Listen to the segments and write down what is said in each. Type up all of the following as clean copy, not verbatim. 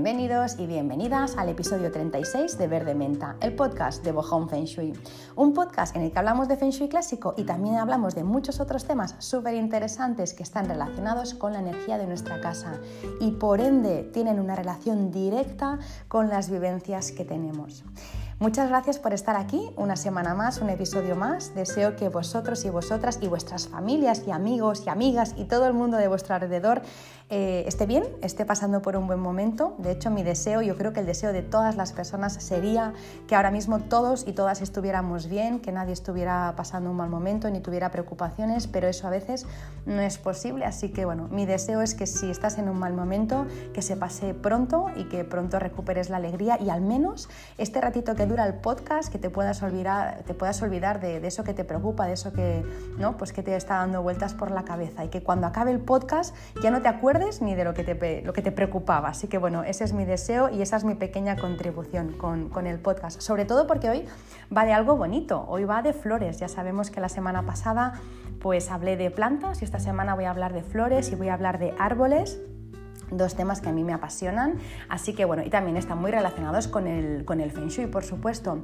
Bienvenidos y bienvenidas al episodio 36 de Verde Menta, el podcast de Bohong Feng Shui. Un podcast en el que hablamos de Feng Shui clásico y también hablamos de muchos otros temas súper interesantes que están relacionados con la energía de nuestra casa y por ende tienen una relación directa con las vivencias que tenemos. Muchas gracias por estar aquí, una semana más, un episodio más. Deseo que vosotros y vosotras y vuestras familias y amigos y amigas y todo el mundo de vuestro alrededor esté bien, esté pasando por un buen momento. De hecho, mi deseo, yo creo que el deseo de todas las personas sería que ahora mismo todos y todas estuviéramos bien, que nadie estuviera pasando un mal momento ni tuviera preocupaciones, pero eso a veces no es posible. Así que bueno, mi deseo es que si estás en un mal momento, que se pase pronto y que pronto recuperes la alegría y al menos este ratito que dura el podcast, que te puedas olvidar de eso que te preocupa, de eso que, ¿no? Pues que te está dando vueltas por la cabeza y que cuando acabe el podcast ya no te acuerdes ni de lo que te preocupaba. Así que bueno, ese es mi deseo y esa es mi pequeña contribución con el podcast, sobre todo porque hoy va de algo bonito, hoy va de flores. Ya sabemos que la semana pasada pues hablé de plantas y esta semana voy a hablar de flores y voy a hablar de árboles. Dos temas que a mí me apasionan, así que bueno, y también están muy relacionados con el Feng Shui, por supuesto.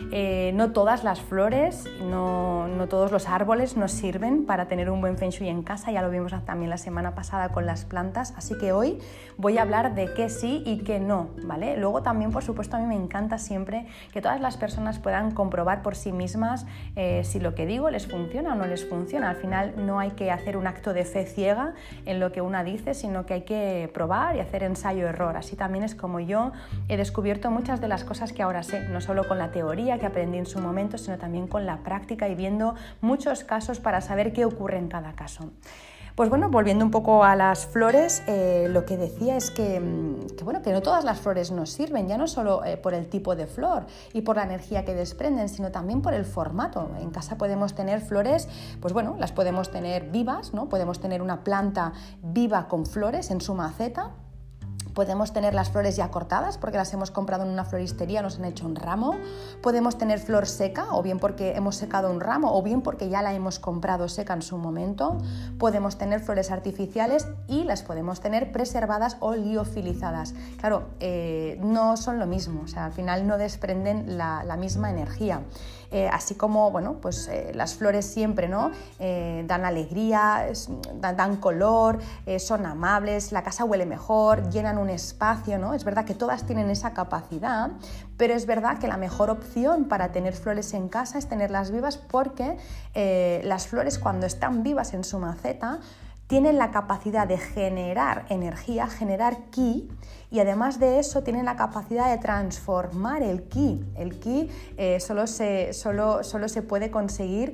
No todas las flores, no todos los árboles nos sirven para tener un buen Feng Shui en casa, ya lo vimos también la semana pasada con las plantas, así que hoy voy a hablar de qué sí y qué no, ¿vale? Luego también, por supuesto, a mí me encanta siempre que todas las personas puedan comprobar por sí mismas si lo que digo les funciona o no les funciona. Al final no hay que hacer un acto de fe ciega en lo que una dice, sino que hay que probar y hacer ensayo-error. Así también es como yo he descubierto muchas de las cosas que ahora sé, no solo con la teoría que aprendí en su momento, sino también con la práctica y viendo muchos casos para saber qué ocurre en cada caso. Pues bueno, volviendo un poco a las flores, lo que decía es que no todas las flores nos sirven, ya no solo por el tipo de flor y por la energía que desprenden, sino también por el formato. En casa podemos tener flores, pues bueno, las podemos tener vivas, ¿no? Podemos tener una planta viva con flores en su maceta. Podemos tener las flores ya cortadas porque las hemos comprado en una floristería, nos han hecho un ramo. Podemos tener flor seca, o bien porque hemos secado un ramo, o bien porque ya la hemos comprado seca en su momento. Podemos tener flores artificiales y las podemos tener preservadas o liofilizadas. Claro, no son lo mismo, o sea, al final no desprenden la misma energía. Así como bueno, pues, las flores siempre, ¿no? Dan alegría, dan color, son amables, la casa huele mejor, llenan un espacio, ¿no? Es verdad que todas tienen esa capacidad, pero es verdad que la mejor opción para tener flores en casa es tenerlas vivas porque las flores cuando están vivas en su maceta tienen la capacidad de generar energía, generar ki, y además de eso tienen la capacidad de transformar el ki. El ki solo se puede conseguir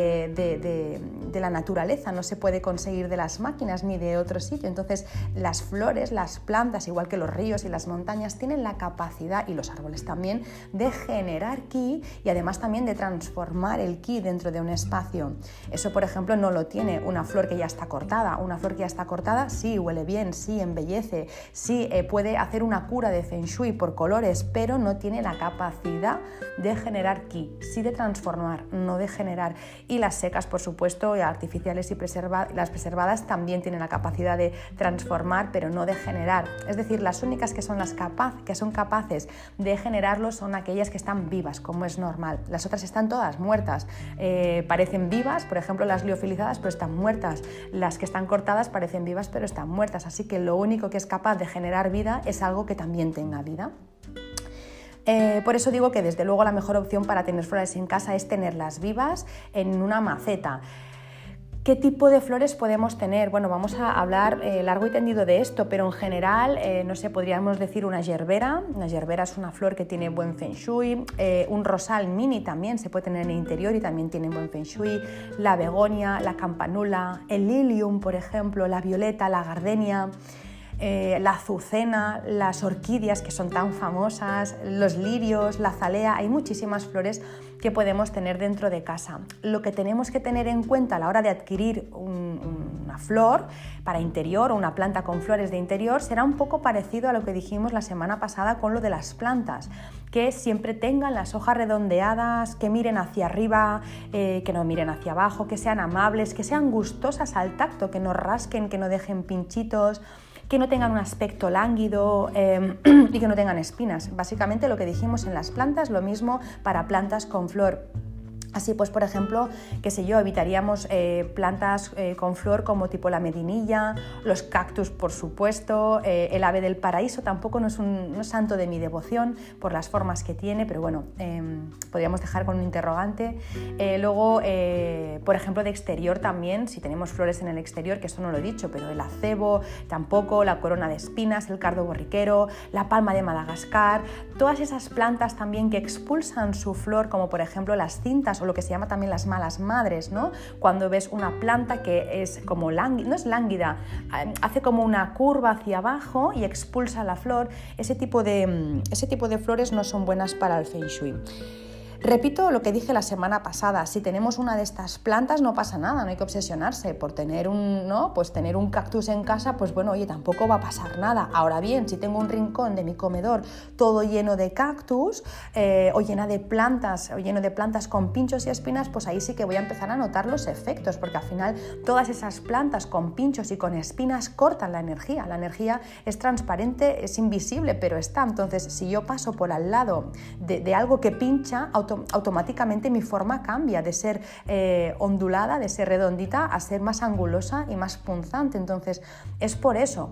de la naturaleza, no se puede conseguir de las máquinas ni de otro sitio. Entonces las flores, las plantas, igual que los ríos y las montañas, tienen la capacidad, y los árboles también, de generar ki y además también de transformar el ki dentro de un espacio. Eso, por ejemplo, no lo tiene una flor que ya está cortada. Una flor que ya está cortada sí huele bien, sí embellece, sí puede hacer una cura de Feng Shui por colores, pero no tiene la capacidad de generar ki, sí de transformar, no de generar. Y las secas, por supuesto, artificiales y las preservadas también tienen la capacidad de transformar, pero no de generar. Es decir, las únicas que son capaces de generarlo son aquellas que están vivas, como es normal. Las otras están todas muertas, parecen vivas, por ejemplo las liofilizadas, pero están muertas. Las que están cortadas parecen vivas, pero están muertas. Así que lo único que es capaz de generar vida es algo que también tenga vida. Por eso digo que desde luego la mejor opción para tener flores en casa es tenerlas vivas en una maceta. ¿Qué tipo de flores podemos tener? Bueno, vamos a hablar largo y tendido de esto, pero en general, no sé, podríamos decir una gerbera. Una gerbera es una flor que tiene buen Feng Shui. Un rosal mini también se puede tener en el interior y también tiene buen Feng Shui. La begonia, la campanula, el lilium, por ejemplo, la violeta, la gardenia. La azucena, las orquídeas que son tan famosas, los lirios, la azalea, hay muchísimas flores que podemos tener dentro de casa. Lo que tenemos que tener en cuenta a la hora de adquirir una flor para interior o una planta con flores de interior será un poco parecido a lo que dijimos la semana pasada con lo de las plantas, que siempre tengan las hojas redondeadas, que miren hacia arriba, que no miren hacia abajo, que sean amables, que sean gustosas al tacto, que no rasquen, que no dejen pinchitos, que no tengan un aspecto lánguido y que no tengan espinas. Básicamente lo que dijimos en las plantas, lo mismo para plantas con flor. Así pues, por ejemplo, qué sé yo, evitaríamos plantas con flor como tipo la medinilla, los cactus, por supuesto, el ave del paraíso tampoco no es santo de mi devoción por las formas que tiene, pero bueno, podríamos dejar con un interrogante. Luego, por ejemplo, de exterior también, si tenemos flores en el exterior, que esto no lo he dicho, pero el acebo tampoco, la corona de espinas, el cardo borriquero, la palma de Madagascar, todas esas plantas también que expulsan su flor, como por ejemplo las cintas, o lo que se llama también las malas madres, ¿no? Cuando ves una planta que es como lánguida, no es lánguida, hace como una curva hacia abajo y expulsa la flor, ese tipo de flores no son buenas para el Feng Shui. Repito lo que dije la semana pasada, si tenemos una de estas plantas no pasa nada, no hay que obsesionarse por tener tener un cactus en casa, pues bueno, oye, tampoco va a pasar nada. Ahora bien, si tengo un rincón de mi comedor todo lleno de cactus o lleno de plantas con pinchos y espinas, pues ahí sí que voy a empezar a notar los efectos, porque al final todas esas plantas con pinchos y con espinas cortan la energía. La energía es transparente, es invisible, pero está. Entonces, si yo paso por al lado de algo que pincha, automáticamente mi forma cambia de ser ondulada, de ser redondita, a ser más angulosa y más punzante. Entonces es por eso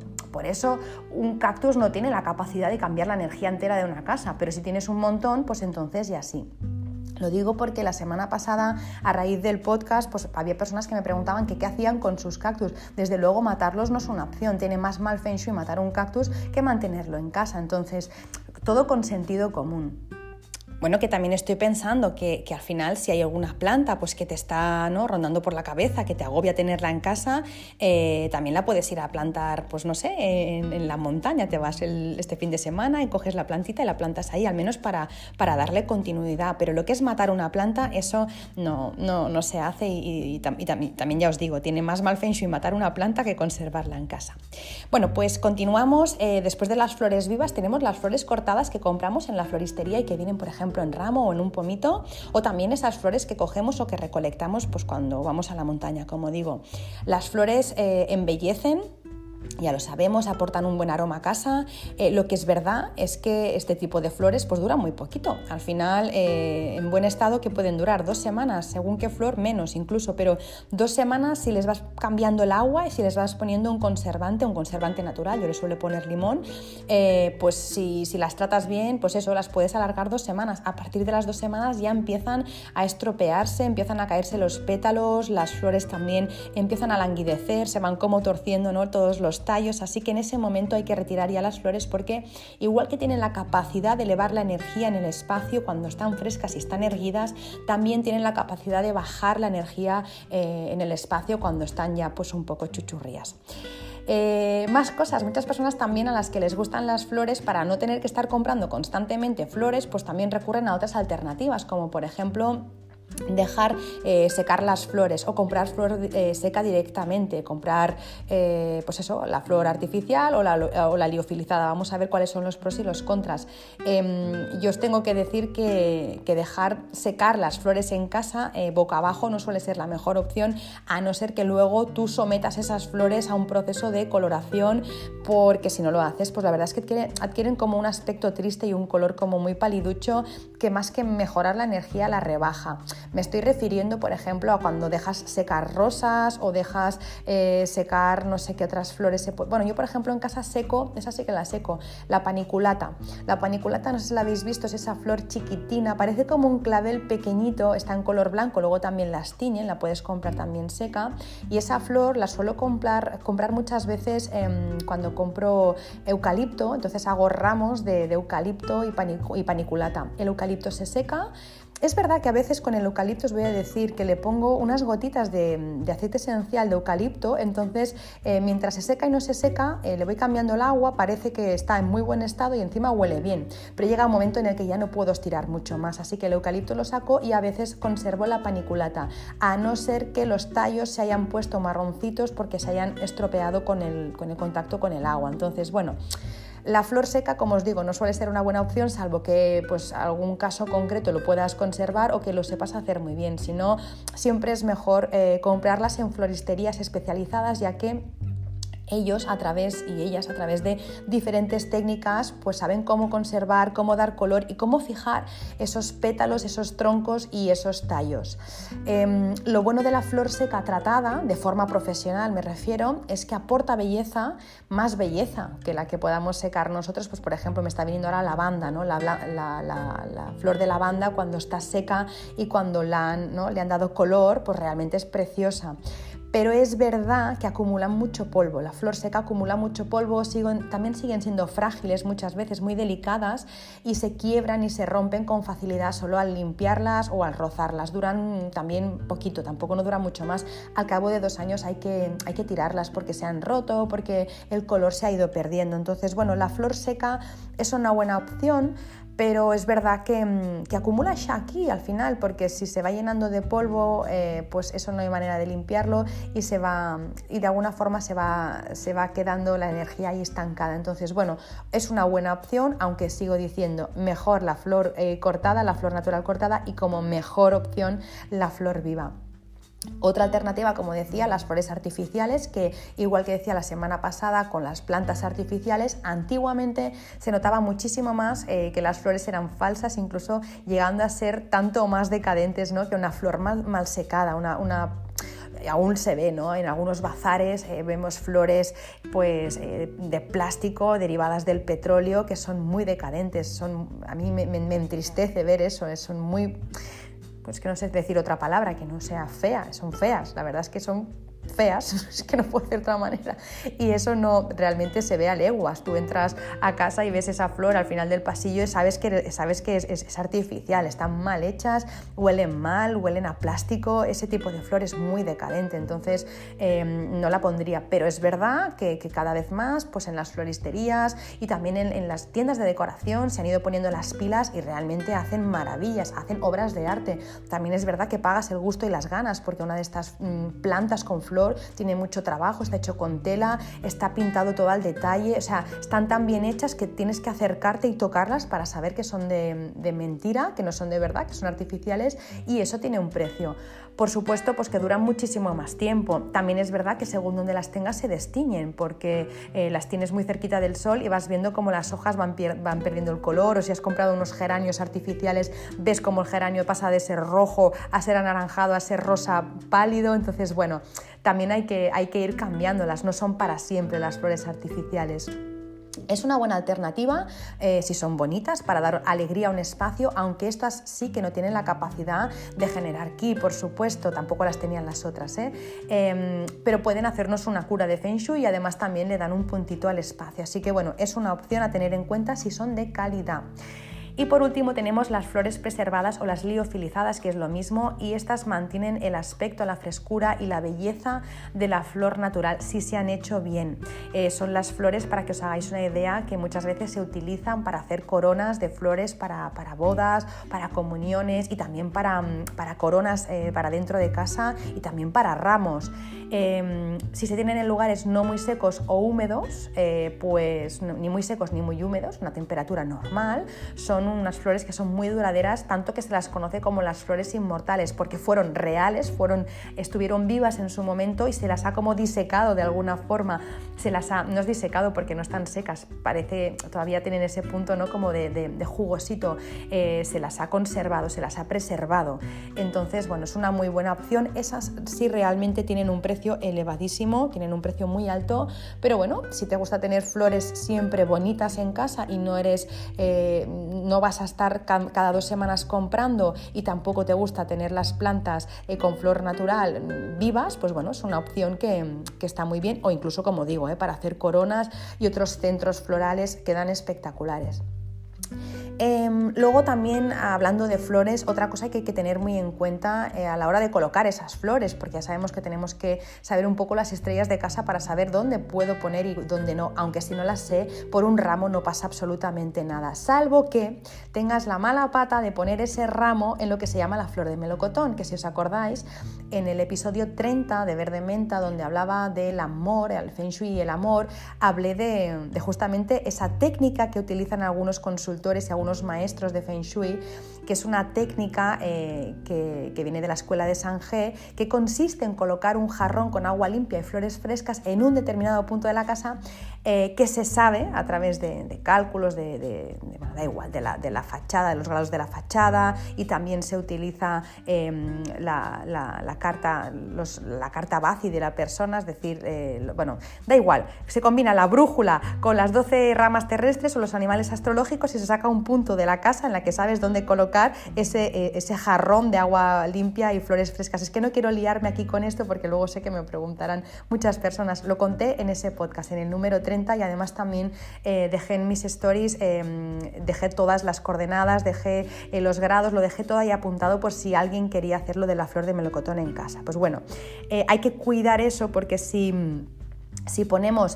un cactus no tiene la capacidad de cambiar la energía entera de una casa, pero si tienes un montón, pues entonces ya sí. Lo digo porque la semana pasada, a raíz del podcast, pues había personas que me preguntaban que qué hacían con sus cactus. Desde luego matarlos no es una opción, tiene más mal Feng Shui matar un cactus que mantenerlo en casa. Entonces, todo con sentido común. Bueno, que también estoy pensando que al final si hay alguna planta pues que te está, ¿no?, rondando por la cabeza, que te agobia tenerla en casa, también la puedes ir a plantar, pues no sé, en la montaña. Te vas este fin de semana y coges la plantita y la plantas ahí, al menos para darle continuidad. Pero lo que es matar una planta, eso no se hace y también ya os digo, tiene más mal Feng Shui matar una planta que conservarla en casa. Bueno, pues continuamos. Después de las flores vivas tenemos las flores cortadas que compramos en la floristería y que vienen, por ejemplo, en ramo o en un pomito, o también esas flores que cogemos o que recolectamos pues cuando vamos a la montaña, como digo. Las flores embellecen, ya lo sabemos, aportan un buen aroma a casa. Lo que es verdad es que este tipo de flores pues duran muy poquito. Al final, en buen estado, que pueden durar 2 semanas, según qué flor, menos incluso, pero 2 semanas si les vas cambiando el agua y si les vas poniendo un conservante natural, yo le suelo poner limón, pues si las tratas bien, pues eso, las puedes alargar 2 semanas. A partir de las 2 semanas ya empiezan a estropearse, empiezan a caerse los pétalos, las flores también empiezan a languidecer, se van como torciendo, ¿no?, todos los tallos, así que en ese momento hay que retirar ya las flores, porque igual que tienen la capacidad de elevar la energía en el espacio cuando están frescas y están erguidas, también tienen la capacidad de bajar la energía en el espacio cuando están ya pues un poco chuchurrías. Más cosas, muchas personas también a las que les gustan las flores, para no tener que estar comprando constantemente flores, pues también recurren a otras alternativas, como por ejemplo dejar secar las flores o comprar flor seca directamente, comprar pues eso, la flor artificial o la liofilizada. Vamos a ver cuáles son los pros y los contras. Yo os tengo que decir que dejar secar las flores en casa boca abajo no suele ser la mejor opción, a no ser que luego tú sometas esas flores a un proceso de coloración, porque si no lo haces, pues la verdad es que adquieren como un aspecto triste y un color como muy paliducho, que más que mejorar la energía la rebaja. Me estoy refiriendo, por ejemplo, a cuando dejas secar rosas o dejas secar no sé qué otras flores. Bueno, yo por ejemplo en casa seco, esa sí que la seco, la paniculata. La paniculata, no sé si la habéis visto, es esa flor chiquitina, parece como un clavel pequeñito, está en color blanco, luego también las tiñen, la puedes comprar también seca, y esa flor la suelo comprar muchas veces cuando compro eucalipto. Entonces hago ramos de eucalipto y paniculata. El eucalipto se seca. Es verdad que a veces con el eucalipto os voy a decir que le pongo unas gotitas de aceite esencial de eucalipto, entonces mientras se seca y no se seca, le voy cambiando el agua, parece que está en muy buen estado y encima huele bien, pero llega un momento en el que ya no puedo estirar mucho más, así que el eucalipto lo saco y a veces conservo la paniculata, a no ser que los tallos se hayan puesto marroncitos porque se hayan estropeado con el contacto con el agua. Entonces, bueno, la flor seca, como os digo, no suele ser una buena opción, salvo que pues algún caso concreto lo puedas conservar o que lo sepas hacer muy bien. Si no, siempre es mejor comprarlas en floristerías especializadas, ya que ellos a través de diferentes técnicas pues saben cómo conservar, cómo dar color y cómo fijar esos pétalos, esos troncos y esos tallos. Lo bueno de la flor seca tratada, de forma profesional me refiero, es que aporta belleza, más belleza que la que podamos secar nosotros. Pues por ejemplo me está viniendo ahora la lavanda, ¿no? La flor de lavanda cuando está seca y cuando le han dado color, pues realmente es preciosa. Pero es verdad que acumulan mucho polvo, la flor seca acumula mucho polvo, también siguen siendo frágiles muchas veces, muy delicadas, y se quiebran y se rompen con facilidad solo al limpiarlas o al rozarlas. Duran también poquito, tampoco no duran mucho más. Al cabo de 2 años hay que tirarlas porque se han roto, porque el color se ha ido perdiendo. Entonces, bueno, la flor seca es una buena opción, pero es verdad que acumula aquí al final, porque si se va llenando de polvo, pues eso no hay manera de limpiarlo y de alguna forma se va quedando la energía ahí estancada. Entonces, bueno, es una buena opción, aunque sigo diciendo mejor la flor cortada, la flor natural cortada, y como mejor opción la flor viva. Otra alternativa, como decía, las flores artificiales, que igual que decía la semana pasada con las plantas artificiales, antiguamente se notaba muchísimo más que las flores eran falsas, incluso llegando a ser tanto más decadentes, ¿no? Que una flor mal secada, aún se ve, ¿no? En algunos bazares vemos flores pues, de plástico derivadas del petróleo que son muy decadentes. A mí me entristece ver eso, son muy... Pues que no sé decir otra palabra que no sea fea, son feas, la verdad es que son feas, es que no puedo decir de otra manera, y eso no realmente se ve a leguas. Tú entras a casa y ves esa flor al final del pasillo y sabes que es artificial, están mal hechas, huelen mal, huelen a plástico. Ese tipo de flor es muy decadente, entonces no la pondría. Pero es verdad que cada vez más pues en las floristerías y también en las tiendas de decoración se han ido poniendo las pilas y realmente hacen maravillas, hacen obras de arte. También es verdad que pagas el gusto y las ganas, porque una de estas plantas con flor tiene mucho trabajo, está hecho con tela, está pintado todo al detalle, o sea, están tan bien hechas que tienes que acercarte y tocarlas para saber que son de mentira, que no son de verdad, que son artificiales, y eso tiene un precio. Por supuesto, pues que duran muchísimo más tiempo. También es verdad que según donde las tengas se destiñen, porque las tienes muy cerquita del sol y vas viendo cómo las hojas van perdiendo el color, o si has comprado unos geranios artificiales, ves cómo el geranio pasa de ser rojo a ser anaranjado, a ser rosa pálido. Entonces, bueno, también hay que ir cambiándolas, no son para siempre las flores artificiales. Es una buena alternativa si son bonitas, para dar alegría a un espacio, aunque estas sí que no tienen la capacidad de generar ki, por supuesto, tampoco las tenían las otras, pero pueden hacernos una cura de Feng Shui y además también le dan un puntito al espacio. Así que bueno, es una opción a tener en cuenta si son de calidad. Y por último tenemos las flores preservadas o las liofilizadas, que es lo mismo, y estas mantienen el aspecto, la frescura y la belleza de la flor natural si se han hecho bien. Son las flores, para que os hagáis una idea, que muchas veces se utilizan para hacer coronas de flores para bodas, para comuniones y también para coronas para dentro de casa y también para ramos. Si se tienen en lugares no muy secos o húmedos, pues ni muy secos ni muy húmedos, una temperatura normal, son unas flores que son muy duraderas, tanto que se las conoce como las flores inmortales, porque fueron reales, estuvieron vivas en su momento y se las ha como disecado de alguna forma. No es disecado porque no están secas, parece, todavía tienen ese punto, ¿no? Como de jugosito. Se las ha conservado, se las ha preservado. Entonces, bueno, es una muy buena opción. Esas sí realmente tienen un precio elevadísimo, tienen un precio muy alto, pero bueno, si te gusta tener flores siempre bonitas en casa y no vas a estar cada 2 semanas comprando, y tampoco te gusta tener las plantas con flor natural vivas, pues bueno, es una opción que está muy bien, o incluso, como digo, para hacer coronas y otros centros florales quedan espectaculares. Luego también, hablando de flores, otra cosa que hay que tener muy en cuenta a la hora de colocar esas flores, porque ya sabemos que tenemos que saber un poco las estrellas de casa para saber dónde puedo poner y dónde no, aunque si no las sé, por un ramo no pasa absolutamente nada, salvo que tengas la mala pata de poner ese ramo en lo que se llama la flor de melocotón, que si os acordáis, en el episodio 30 de Verde Menta, donde hablaba del amor, el Feng Shui y el amor, hablé de justamente esa técnica que utilizan algunos consultores y unos maestros de Feng Shui, que es una técnica que viene de la escuela de Sanghe, que consiste en colocar un jarrón con agua limpia y flores frescas en un determinado punto de la casa, que se sabe a través de cálculos bueno, da igual, de la fachada, de los grados de la fachada, y también se utiliza la carta Bazi de la persona, es decir, bueno, da igual, se combina la brújula con las 12 ramas terrestres o los animales astrológicos y se saca un punto de la casa en la que sabes dónde colocar ese jarrón de agua limpia y flores frescas. Es que no quiero liarme aquí con esto porque luego sé que me preguntarán muchas personas. Lo conté en ese podcast, en el número 30, y además también dejé en mis stories, dejé todas las coordenadas, dejé los grados, lo dejé todo ahí apuntado por si alguien quería hacerlo de la flor de melocotón en casa. Pues bueno, hay que cuidar eso, porque si ponemos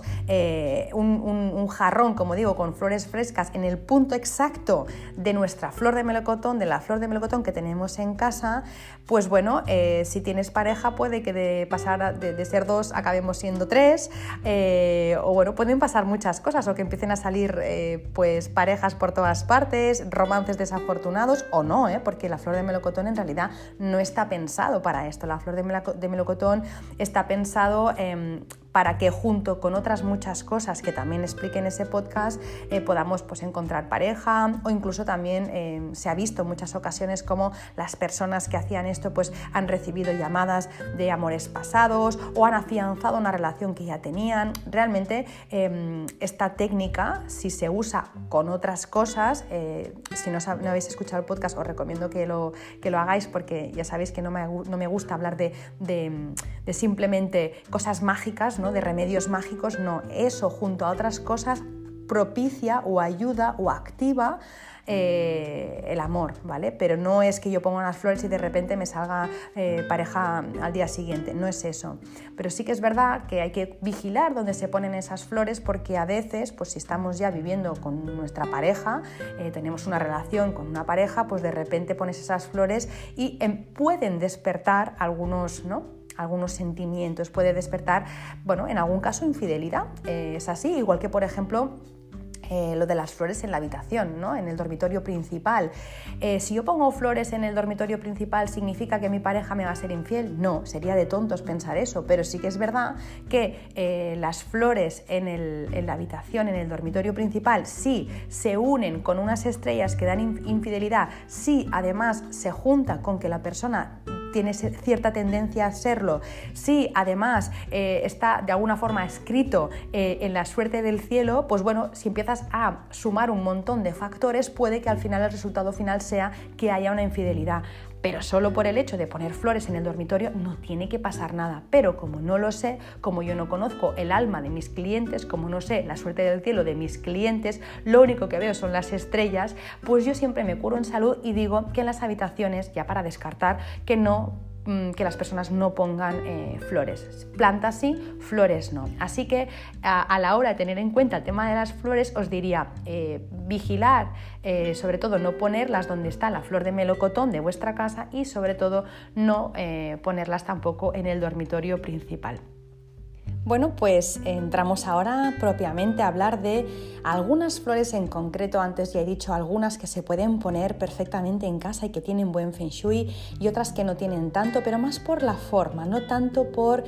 un jarrón, como digo, con flores frescas en el punto exacto de nuestra flor de melocotón, de la flor de melocotón que tenemos en casa, pues bueno, si tienes pareja puede que de ser 2 acabemos siendo 3, o bueno, pueden pasar muchas cosas, o que empiecen a salir pues parejas por todas partes, romances desafortunados o no, porque la flor de melocotón en realidad no está pensado para esto. La flor de melocotón está pensado para que junto con otras muchas cosas que también expliqué en ese podcast podamos pues encontrar pareja, o incluso también se ha visto en muchas ocasiones como las personas que hacían esto pues han recibido llamadas de amores pasados o han afianzado una relación que ya tenían. Realmente esta técnica, si se usa con otras cosas, si no habéis escuchado el podcast os recomiendo que lo hagáis, porque ya sabéis que no me gusta hablar de simplemente cosas mágicas, ¿no? De remedios mágicos, no, eso junto a otras cosas propicia o ayuda o activa el amor, ¿vale? Pero no es que yo ponga unas flores y de repente me salga pareja al día siguiente, no es eso. Pero sí que es verdad que hay que vigilar dónde se ponen esas flores, porque a veces, pues si estamos ya viviendo con nuestra pareja, tenemos una relación con una pareja, pues de repente pones esas flores y pueden despertar algunos sentimientos, puede despertar, bueno, en algún caso infidelidad, es así, igual que por ejemplo lo de las flores en la habitación, ¿no? En el dormitorio principal. Si yo pongo flores en el dormitorio principal, ¿significa que mi pareja me va a ser infiel? No, sería de tontos pensar eso, pero sí que es verdad que las flores en la habitación, en el dormitorio principal, si se unen con unas estrellas que dan infidelidad, si además se junta con que la persona tiene cierta tendencia a serlo, si además está de alguna forma escrito en la suerte del cielo, pues bueno, si empiezas a sumar un montón de factores, puede que al final el resultado final sea que haya una infidelidad. Pero solo por el hecho de poner flores en el dormitorio no tiene que pasar nada. Pero como no lo sé, como yo no conozco el alma de mis clientes, como no sé la suerte del cielo de mis clientes, lo único que veo son las estrellas, pues yo siempre me curo en salud y digo que en las habitaciones, ya para descartar, que las personas no pongan flores. Plantas sí, flores no. Así que a la hora de tener en cuenta el tema de las flores, os diría vigilar, sobre todo no ponerlas donde está la flor de melocotón de vuestra casa, y sobre todo no ponerlas tampoco en el dormitorio principal. Bueno, pues entramos ahora propiamente a hablar de algunas flores en concreto. Antes ya he dicho algunas que se pueden poner perfectamente en casa y que tienen buen Feng Shui, y otras que no tienen tanto, pero más por la forma, no tanto por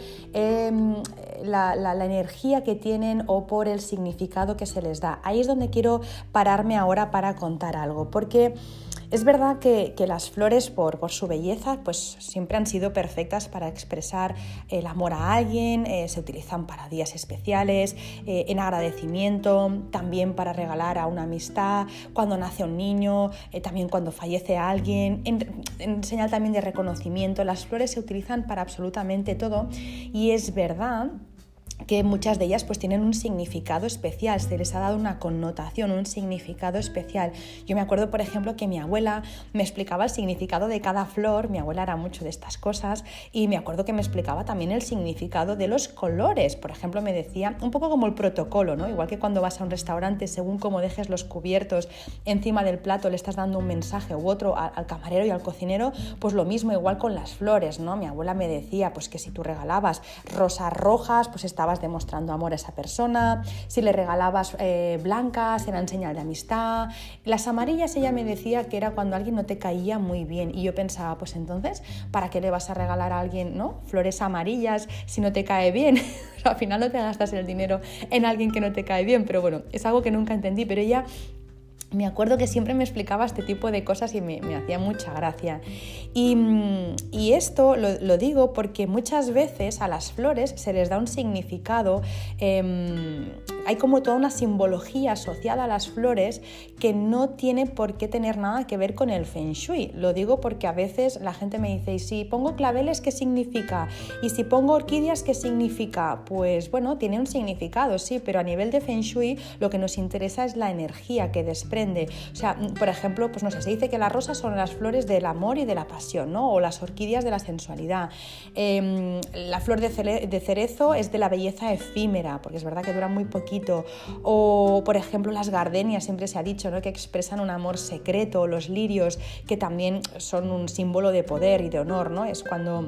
la energía que tienen o por el significado que se les da. Ahí es donde quiero pararme ahora para contar algo, porque es verdad que las flores por su belleza pues siempre han sido perfectas para expresar el amor a alguien, se utilizan para días especiales, en agradecimiento, también para regalar a una amistad, cuando nace un niño, también cuando fallece alguien, en señal también de reconocimiento. Las flores se utilizan para absolutamente todo, y es verdad que muchas de ellas pues tienen un significado especial, se les ha dado una connotación, un significado especial. Yo me acuerdo, por ejemplo, que mi abuela me explicaba el significado de cada flor. Mi abuela era mucho de estas cosas, y me acuerdo que me explicaba también el significado de los colores. Por ejemplo, me decía, un poco como el protocolo, ¿no? Igual que cuando vas a un restaurante, según cómo dejes los cubiertos encima del plato, le estás dando un mensaje u otro al camarero y al cocinero, pues lo mismo igual con las flores, ¿no? Mi abuela me decía pues que si tú regalabas rosas rojas, pues estabas demostrando amor a esa persona. Si le regalabas blancas, eran señal de amistad. Las amarillas, ella me decía que era cuando alguien no te caía muy bien, y yo pensaba, pues entonces, ¿para qué le vas a regalar a alguien, ¿no?, flores amarillas si no te cae bien? Al final no te gastas el dinero en alguien que no te cae bien, pero bueno, es algo que nunca entendí, pero ella... Me acuerdo que siempre me explicaba este tipo de cosas y me hacía mucha gracia. Y esto lo digo porque muchas veces a las flores se les da un significado, hay como toda una simbología asociada a las flores que no tiene por qué tener nada que ver con el Feng Shui. Lo digo porque a veces la gente me dice, ¿y si pongo claveles qué significa? ¿Y si pongo orquídeas qué significa? Pues bueno, tiene un significado, sí, pero a nivel de Feng Shui lo que nos interesa es la energía que desprende. O sea, por ejemplo, pues no sé, se dice que las rosas son las flores del amor y de la pasión, ¿no? O las orquídeas de la sensualidad. La flor de cerezo es de la belleza efímera, porque es verdad que dura muy poquito. O, por ejemplo, las gardenias, siempre se ha dicho, ¿no?, que expresan un amor secreto. Los lirios, que también son un símbolo de poder y de honor, ¿no? Es cuando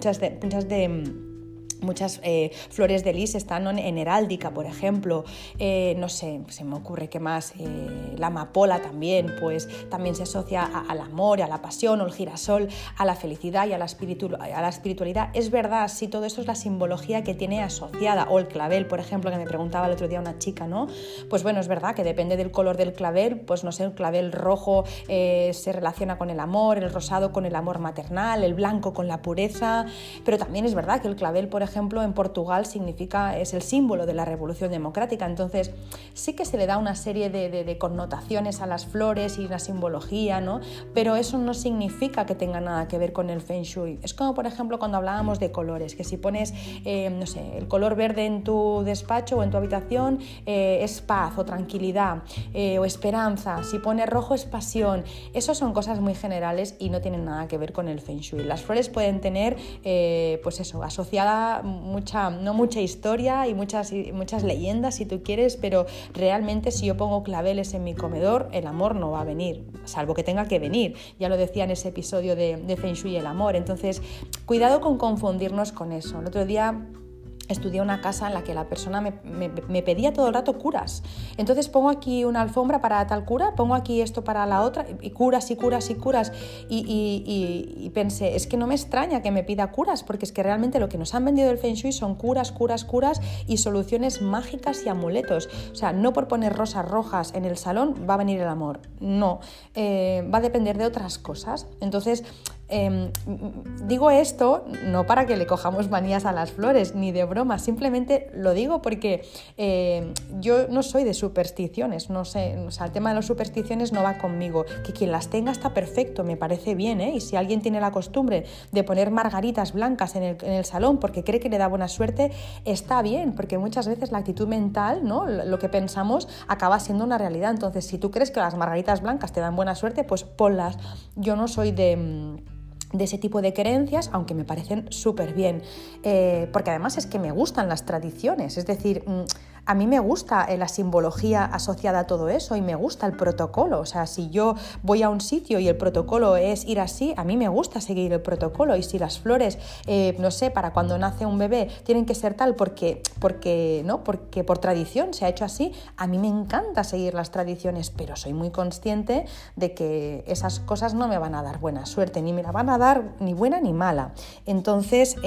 muchas flores de lis están en heráldica, por ejemplo. No sé, se me ocurre qué más. La amapola también, pues también se asocia al amor, a la pasión, o el girasol a la felicidad y a la espiritualidad. Es verdad, sí, todo eso es la simbología que tiene asociada. O el clavel, por ejemplo, que me preguntaba el otro día una chica, ¿no? Pues bueno, es verdad que depende del color del clavel, pues no sé, el clavel rojo se relaciona con el amor, el rosado con el amor maternal, el blanco con la pureza, pero también es verdad que el clavel, por ejemplo, en Portugal es el símbolo de la Revolución Democrática. Entonces sí que se le da una serie de connotaciones a las flores y una simbología, ¿no? Pero eso no significa que tenga nada que ver con el Feng Shui. Es como, por ejemplo, cuando hablábamos de colores, que si pones, no sé, el color verde en tu despacho o en tu habitación es paz o tranquilidad o esperanza. Si pones rojo es pasión. Eso son cosas muy generales y no tienen nada que ver con el Feng Shui. Las flores pueden tener, pues eso, asociada mucha historia y muchas leyendas, si tú quieres, pero realmente si yo pongo claveles en mi comedor, el amor no va a venir, salvo que tenga que venir. Ya lo decía en ese episodio de Feng Shui y el amor. Entonces, cuidado con confundirnos con eso. El otro día estudié una casa en la que la persona me pedía todo el rato curas. Entonces pongo aquí una alfombra para tal cura, pongo aquí esto para la otra, y curas y curas y curas. Y pensé, es que no me extraña que me pida curas, porque es que realmente lo que nos han vendido del Feng Shui son curas y soluciones mágicas y amuletos. O sea, no por poner rosas rojas en el salón va a venir el amor. No, va a depender de otras cosas. Entonces, digo esto no para que le cojamos manías a las flores, ni de broma, simplemente lo digo porque yo no soy de supersticiones, no sé, o sea, el tema de las supersticiones no va conmigo. Que quien las tenga está perfecto, me parece bien, ¿eh? Y si alguien tiene la costumbre de poner margaritas blancas en el salón porque cree que le da buena suerte, está bien, porque muchas veces la actitud mental, ¿no?, lo que pensamos acaba siendo una realidad. Entonces, si tú crees que las margaritas blancas te dan buena suerte, pues ponlas. Yo no soy de ese tipo de creencias, aunque me parecen súper bien, porque además es que me gustan las tradiciones, es decir, a mí me gusta la simbología asociada a todo eso y me gusta el protocolo. O sea, si yo voy a un sitio y el protocolo es ir así, a mí me gusta seguir el protocolo. Y si las flores, no sé, para cuando nace un bebé tienen que ser tal porque por tradición se ha hecho así, a mí me encanta seguir las tradiciones, pero soy muy consciente de que esas cosas no me van a dar buena suerte, ni me la van a dar ni buena ni mala. Entonces,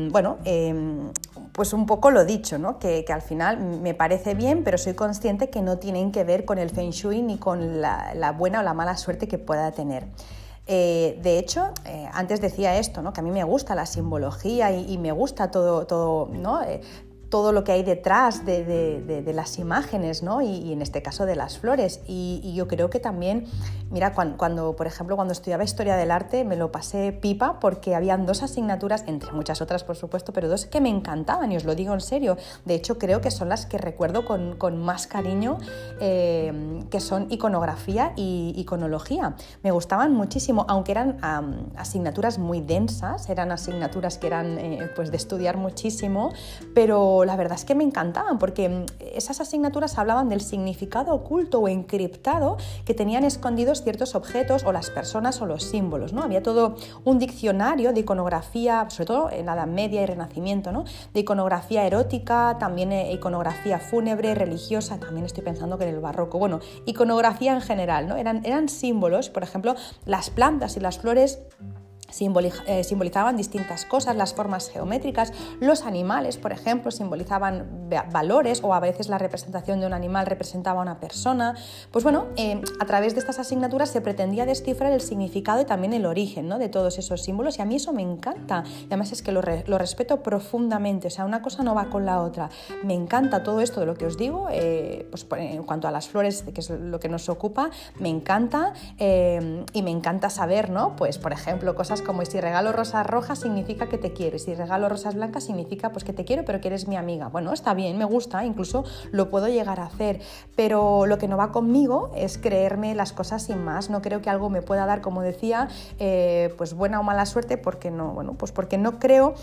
pues un poco lo dicho, ¿no? Que al final me parece bien, pero soy consciente que no tienen que ver con el Feng Shui ni con la buena o la mala suerte que pueda tener. De hecho, antes decía esto, ¿no?, que a mí me gusta la simbología y me gusta todo, ¿no?, todo lo que hay detrás de las imágenes, ¿no? Y en este caso de las flores. Y yo creo que también, mira, por ejemplo, cuando estudiaba Historia del Arte me lo pasé pipa porque habían 2 asignaturas, entre muchas otras por supuesto, pero 2 que me encantaban y os lo digo en serio. De hecho, creo que son las que recuerdo con más cariño, que son iconografía y iconología. Me gustaban muchísimo, aunque eran asignaturas muy densas, eran asignaturas que eran pues de estudiar muchísimo, pero pero la verdad es que me encantaban porque esas asignaturas hablaban del significado oculto o encriptado que tenían escondidos ciertos objetos o las personas o los símbolos, ¿no? Había todo un diccionario de iconografía, sobre todo en la Edad Media y Renacimiento, ¿no? De iconografía erótica, también iconografía fúnebre, religiosa, también estoy pensando que en el barroco, bueno, iconografía en general, ¿no? Eran símbolos, por ejemplo, las plantas y las flores simbolizaban distintas cosas, las formas geométricas, los animales, por ejemplo, simbolizaban valores o a veces la representación de un animal representaba a una persona. Pues bueno, a través de estas asignaturas se pretendía descifrar el significado y también el origen, ¿no? De todos esos símbolos y a mí eso me encanta y además es que lo respeto profundamente, o sea, una cosa no va con la otra. Me encanta todo esto de lo que os digo, pues en cuanto a las flores, que es lo que nos ocupa, me encanta y me encanta saber, ¿no? Pues por ejemplo, cosas como si regalo rosas rojas significa que te quiero y si regalo rosas blancas significa pues que te quiero pero que eres mi amiga. Bueno, está bien, me gusta, incluso lo puedo llegar a hacer, pero lo que no va conmigo es creerme las cosas sin más. No creo que algo me pueda dar, como decía, pues buena o mala suerte porque no, bueno, pues porque no creo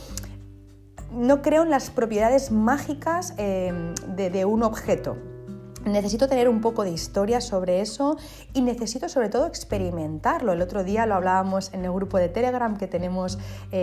en las propiedades mágicas de un objeto. Necesito tener un poco de historia sobre eso y necesito sobre todo experimentarlo. El otro día lo hablábamos en el grupo de Telegram que tenemos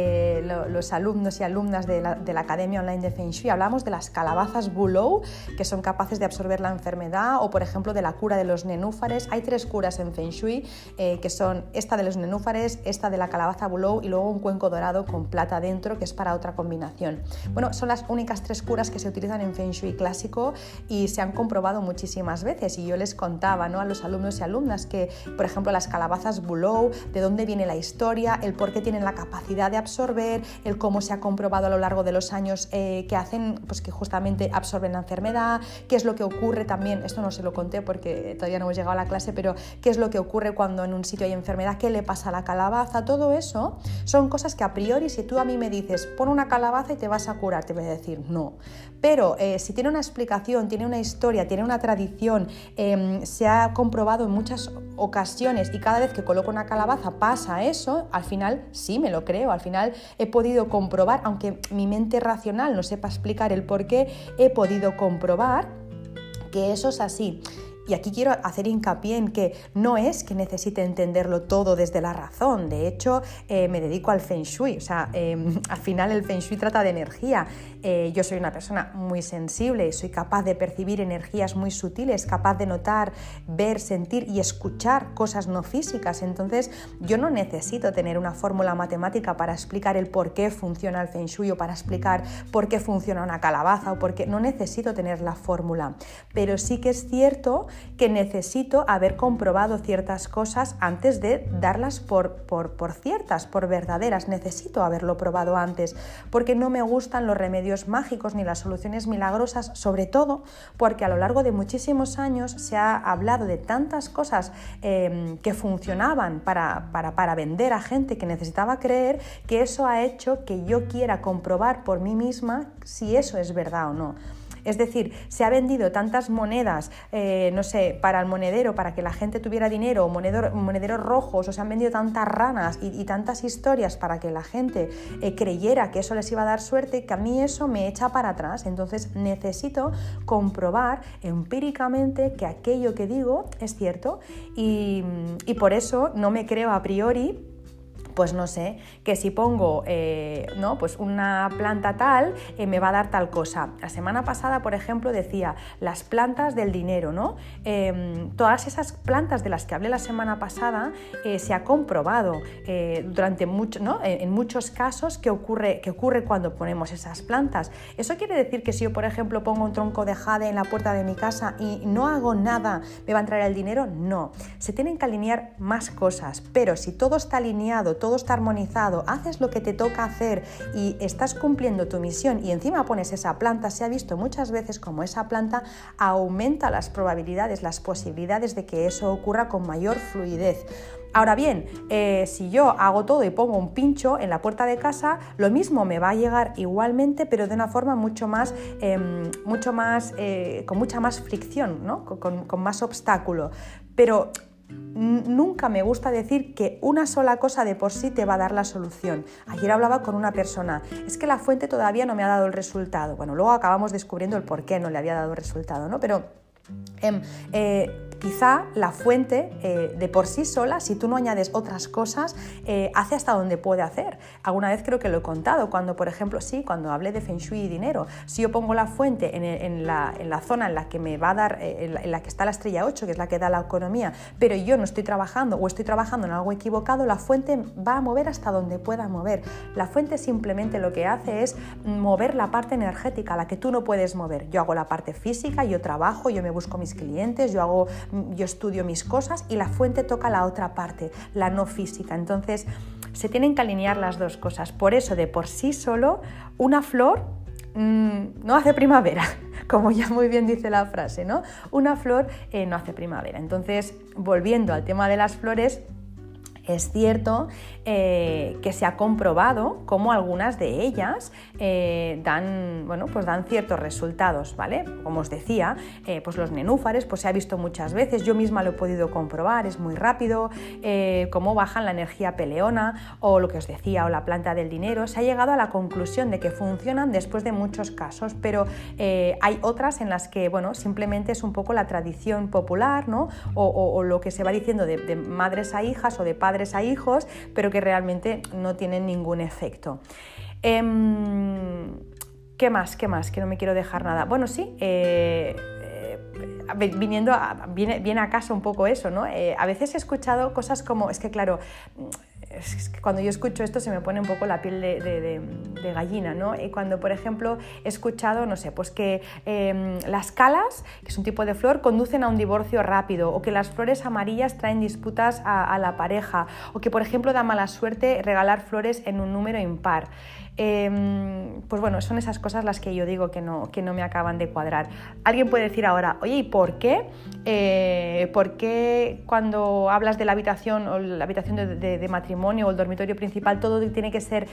los alumnos y alumnas de la Academia Online de Feng Shui. Hablábamos de las calabazas Bulou que son capaces de absorber la enfermedad o por ejemplo de la cura de los nenúfares. Hay 3 curas en Feng Shui que son esta de los nenúfares, esta de la calabaza Bulou y luego un cuenco dorado con plata dentro que es para otra combinación. Bueno, son las únicas 3 curas que se utilizan en Feng Shui clásico y se han comprobado muchísimas veces y yo les contaba, ¿no?, a los alumnos y alumnas que, por ejemplo, las calabazas Bulou, de dónde viene la historia, el por qué tienen la capacidad de absorber, el cómo se ha comprobado a lo largo de los años que hacen, pues que justamente absorben la enfermedad, qué es lo que ocurre también, esto no se lo conté porque todavía no hemos llegado a la clase, pero qué es lo que ocurre cuando en un sitio hay enfermedad, qué le pasa a la calabaza, todo eso son cosas que a priori si tú a mí me dices pon una calabaza y te vas a curar, te voy a decir no, pero si tiene una explicación, tiene una historia, tiene una tradición, se ha comprobado en muchas ocasiones y cada vez que coloco una calabaza pasa eso, al final sí me lo creo, al final he podido comprobar, aunque mi mente racional no sepa explicar el por qué, he podido comprobar que eso es así. Y aquí quiero hacer hincapié en que no es que necesite entenderlo todo desde la razón. De hecho, me dedico al Feng Shui. O sea, al final el Feng Shui trata de energía. Yo soy una persona muy sensible, soy capaz de percibir energías muy sutiles, capaz de notar, ver, sentir y escuchar cosas no físicas. Entonces, yo no necesito tener una fórmula matemática para explicar el por qué funciona el Feng Shui o para explicar por qué funciona una calabaza o por qué. No necesito tener la fórmula. Pero sí que es cierto que necesito haber comprobado ciertas cosas antes de darlas por ciertas, por verdaderas. Necesito haberlo probado antes, porque no me gustan los remedios mágicos ni las soluciones milagrosas, sobre todo porque a lo largo de muchísimos años se ha hablado de tantas cosas que funcionaban para vender a gente que necesitaba creer, que eso ha hecho que yo quiera comprobar por mí misma si eso es verdad o no. Es decir, se ha vendido tantas monedas, no sé, para el monedero, para que la gente tuviera dinero, monederos rojos, o se han vendido tantas ranas y tantas historias para que la gente creyera que eso les iba a dar suerte, que a mí eso me echa para atrás. Entonces necesito comprobar empíricamente que aquello que digo es cierto y por eso no me creo a priori. Pues no sé, que si pongo ¿no? pues una planta tal, me va a dar tal cosa. La semana pasada, por ejemplo, decía las plantas del dinero, ¿no? Todas esas plantas de las que hablé la semana pasada se ha comprobado durante mucho, ¿no? En muchos casos que ocurre cuando ponemos esas plantas. ¿Eso quiere decir que si yo, por ejemplo, pongo un tronco de jade en la puerta de mi casa y no hago nada, me va a entrar el dinero? No. Se tienen que alinear más cosas, pero si todo está alineado, todo está armonizado, haces lo que te toca hacer y estás cumpliendo tu misión y encima pones esa planta, se ha visto muchas veces como esa planta aumenta las probabilidades, las posibilidades de que eso ocurra con mayor fluidez. Ahora bien, si yo hago todo y pongo un pincho en la puerta de casa, lo mismo me va a llegar igualmente, pero de una forma mucho más, con mucha más fricción, ¿no? Con más obstáculo. Pero nunca me gusta decir que una sola cosa de por sí te va a dar la solución. Ayer hablaba con una persona, es que la fuente todavía no me ha dado el resultado. Bueno, luego acabamos descubriendo el por qué no le había dado el resultado, ¿no? Pero quizá la fuente de por sí sola, si tú no añades otras cosas, hace hasta donde puede hacer. Alguna vez creo que lo he contado, cuando por ejemplo, cuando hablé de Feng Shui y dinero, si yo pongo la fuente en la zona en la que me va a dar, en la que está la estrella 8, que es la que da la economía, pero yo no estoy trabajando o estoy trabajando en algo equivocado, la fuente va a mover hasta donde pueda mover. La fuente simplemente lo que hace es mover la parte energética, la que tú no puedes mover. Yo hago la parte física, yo trabajo, yo me busco mis clientes, yo estudio mis cosas y la fuente toca la otra parte, la no física. Entonces se tienen que alinear las dos cosas. Por eso, de por sí solo, una flor no hace primavera, como ya muy bien dice la frase, ¿no? Una flor no hace primavera. Entonces, volviendo al tema de las flores, es cierto que se ha comprobado cómo algunas de ellas dan ciertos resultados, ¿vale? Como os decía, pues los nenúfares, pues se ha visto muchas veces, yo misma lo he podido comprobar, es muy rápido, cómo bajan la energía peleona, o lo que os decía, o la planta del dinero. Se ha llegado a la conclusión de que funcionan después de muchos casos, pero hay otras en las que, bueno, simplemente es un poco la tradición popular, ¿no? O lo que se va diciendo de madres a hijas o de padres a hijos, pero que realmente no tienen ningún efecto. ¿Qué más? Que no me quiero dejar nada. Bueno, sí, viene a casa un poco eso, ¿no? A veces he escuchado cosas como, es que claro, es que cuando yo escucho esto se me pone un poco la piel de gallina, ¿no? Y cuando, por ejemplo, he escuchado, no sé, pues que las calas, que es un tipo de flor, conducen a un divorcio rápido, o que las flores amarillas traen disputas a la pareja, o que, por ejemplo, da mala suerte regalar flores en un número impar. Pues bueno, son esas cosas las que yo digo que no me acaban de cuadrar. Alguien puede decir ahora, oye, ¿y por qué? ¿Por qué cuando hablas de la habitación o la habitación de matrimonio o el dormitorio principal todo tiene que ser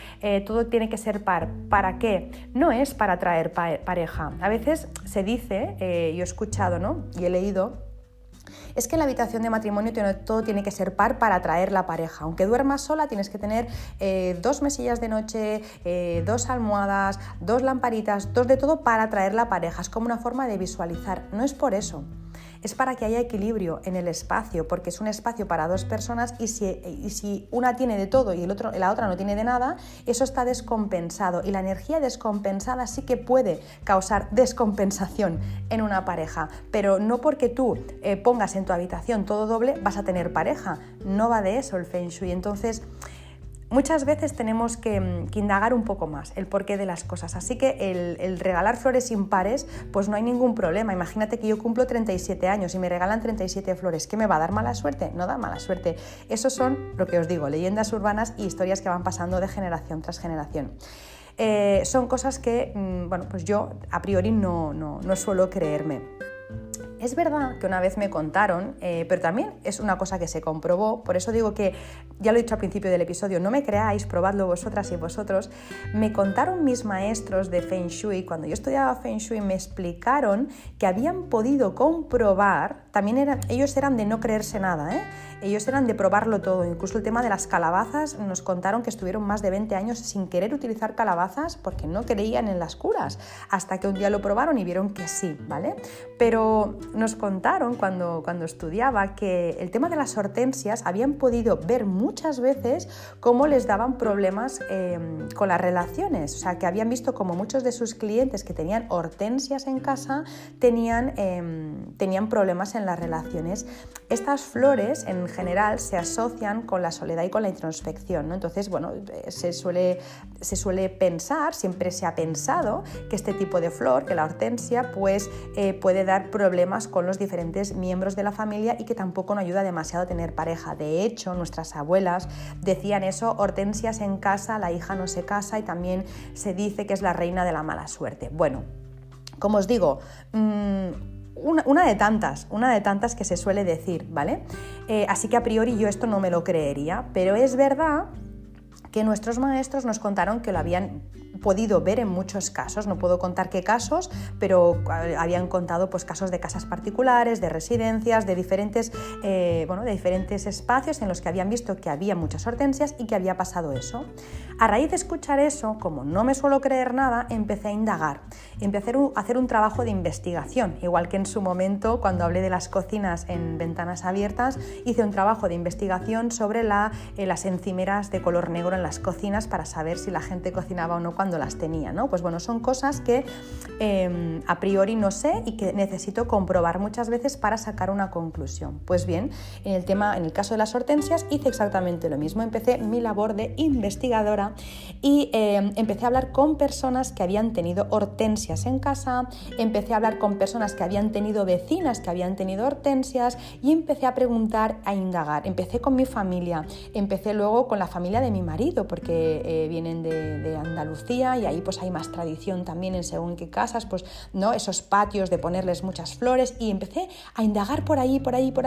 par? ¿Para qué? No es para atraer pareja. A veces se dice, yo he escuchado, ¿no? Y he leído, es que en la habitación de matrimonio todo tiene que ser par para atraer la pareja. Aunque duermas sola, tienes que tener 2 mesillas de noche, 2 almohadas, 2 lamparitas, 2 de todo para atraer la pareja. Es como una forma de visualizar. No es por eso. Es para que haya equilibrio en el espacio, porque es un espacio para 2 personas y si una tiene de todo y la otra no tiene de nada, eso está descompensado, y la energía descompensada sí que puede causar descompensación en una pareja, pero no porque tú pongas en tu habitación todo doble vas a tener pareja. No va de eso el Feng Shui. Entonces, muchas veces tenemos que indagar un poco más el porqué de las cosas, así que el regalar flores impares, pues no hay ningún problema. Imagínate que yo cumplo 37 años y me regalan 37 flores, ¿qué me va a dar mala suerte? No da mala suerte. Esos son, lo que os digo, leyendas urbanas y historias que van pasando de generación tras generación. Son cosas que, bueno, pues yo a priori no suelo creerme. Es verdad que una vez me contaron, pero también es una cosa que se comprobó, por eso digo que, ya lo he dicho al principio del episodio, no me creáis, probadlo vosotras y vosotros. Me contaron mis maestros de Feng Shui, cuando yo estudiaba Feng Shui, me explicaron que habían podido comprobar, ellos eran de no creerse nada, ellos eran de probarlo todo, incluso el tema de las calabazas, nos contaron que estuvieron más de 20 años sin querer utilizar calabazas porque no creían en las curas, hasta que un día lo probaron y vieron que sí, ¿vale? Pero nos contaron cuando estudiaba que el tema de las hortensias habían podido ver muchas veces cómo les daban problemas con las relaciones, o sea, que habían visto como muchos de sus clientes que tenían hortensias en casa tenían problemas en las relaciones. Estas flores en general se asocian con la soledad y con la introspección, ¿no? Entonces, bueno, se suele pensar, siempre se ha pensado que este tipo de flor, que la hortensia, pues puede dar problemas con los diferentes miembros de la familia y que tampoco nos ayuda demasiado a tener pareja. De hecho, nuestras abuelas decían eso, hortensias en casa, la hija no se casa, y también se dice que es la reina de la mala suerte. Bueno, como os digo, una de tantas que se suele decir, ¿vale? Así que a priori yo esto no me lo creería, pero es verdad que nuestros maestros nos contaron que lo habían podido ver en muchos casos, no puedo contar qué casos, pero habían contado pues casos de casas particulares, de residencias, de diferentes espacios en los que habían visto que había muchas hortensias y que había pasado eso. A raíz de escuchar eso, como no me suelo creer nada, empecé a indagar, empecé a hacer un trabajo de investigación, igual que en su momento cuando hablé de las cocinas en ventanas abiertas, hice un trabajo de investigación sobre las encimeras de color negro en las cocinas para saber si la gente cocinaba o no cuando las tenía, ¿no? Pues bueno, son cosas que a priori no sé y que necesito comprobar muchas veces para sacar una conclusión. Pues bien, en el caso de las hortensias hice exactamente lo mismo, empecé mi labor de investigadora y empecé a hablar con personas que habían tenido hortensias en casa, empecé a hablar con personas que habían tenido vecinas que habían tenido hortensias y empecé a preguntar, a indagar. Empecé con mi familia, empecé luego con la familia de mi marido porque vienen de Andalucía y ahí pues hay más tradición también en según qué casas, pues no, esos patios de ponerles muchas flores, y empecé a indagar por ahí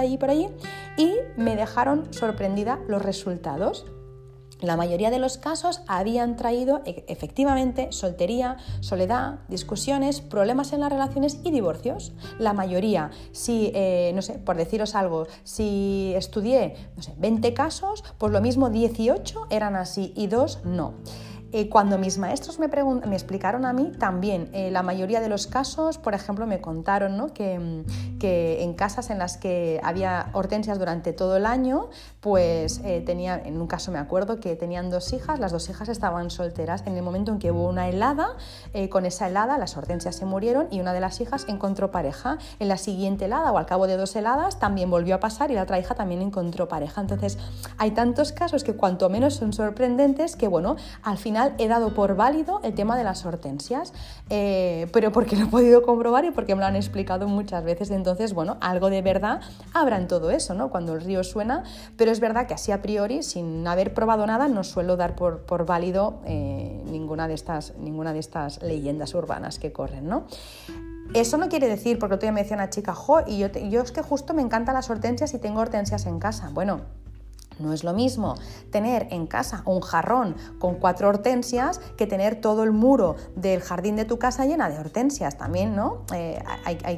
y me dejaron sorprendida los resultados. La mayoría de los casos habían traído efectivamente soltería, soledad, discusiones, problemas en las relaciones y divorcios. La mayoría, si, por deciros algo, si estudié 20 casos, pues lo mismo 18 eran así y 2 no. Cuando mis maestros me explicaron a mí, también la mayoría de los casos, por ejemplo, me contaron, ¿no?, que en casas en las que había hortensias durante todo el año, pues en un caso me acuerdo que tenían 2 hijas, las 2 hijas estaban solteras. En el momento en que hubo una helada, con esa helada las hortensias se murieron y una de las hijas encontró pareja. En la siguiente helada o al cabo de 2 heladas también volvió a pasar y la otra hija también encontró pareja. Entonces hay tantos casos que cuanto menos son sorprendentes que bueno, al final he dado por válido el tema de las hortensias, pero porque lo he podido comprobar y porque me lo han explicado muchas veces. Entonces, bueno, algo de verdad habrá en todo eso, ¿no?, cuando el río suena, pero es verdad que así a priori, sin haber probado nada, no suelo dar por válido ninguna de estas leyendas urbanas que corren, ¿no? Eso no quiere decir, porque otro día me decía una chica, y yo es que justo me encantan las hortensias y tengo hortensias en casa. Bueno, no es lo mismo tener en casa un jarrón con 4 hortensias que tener todo el muro del jardín de tu casa llena de hortensias también, ¿no? Hay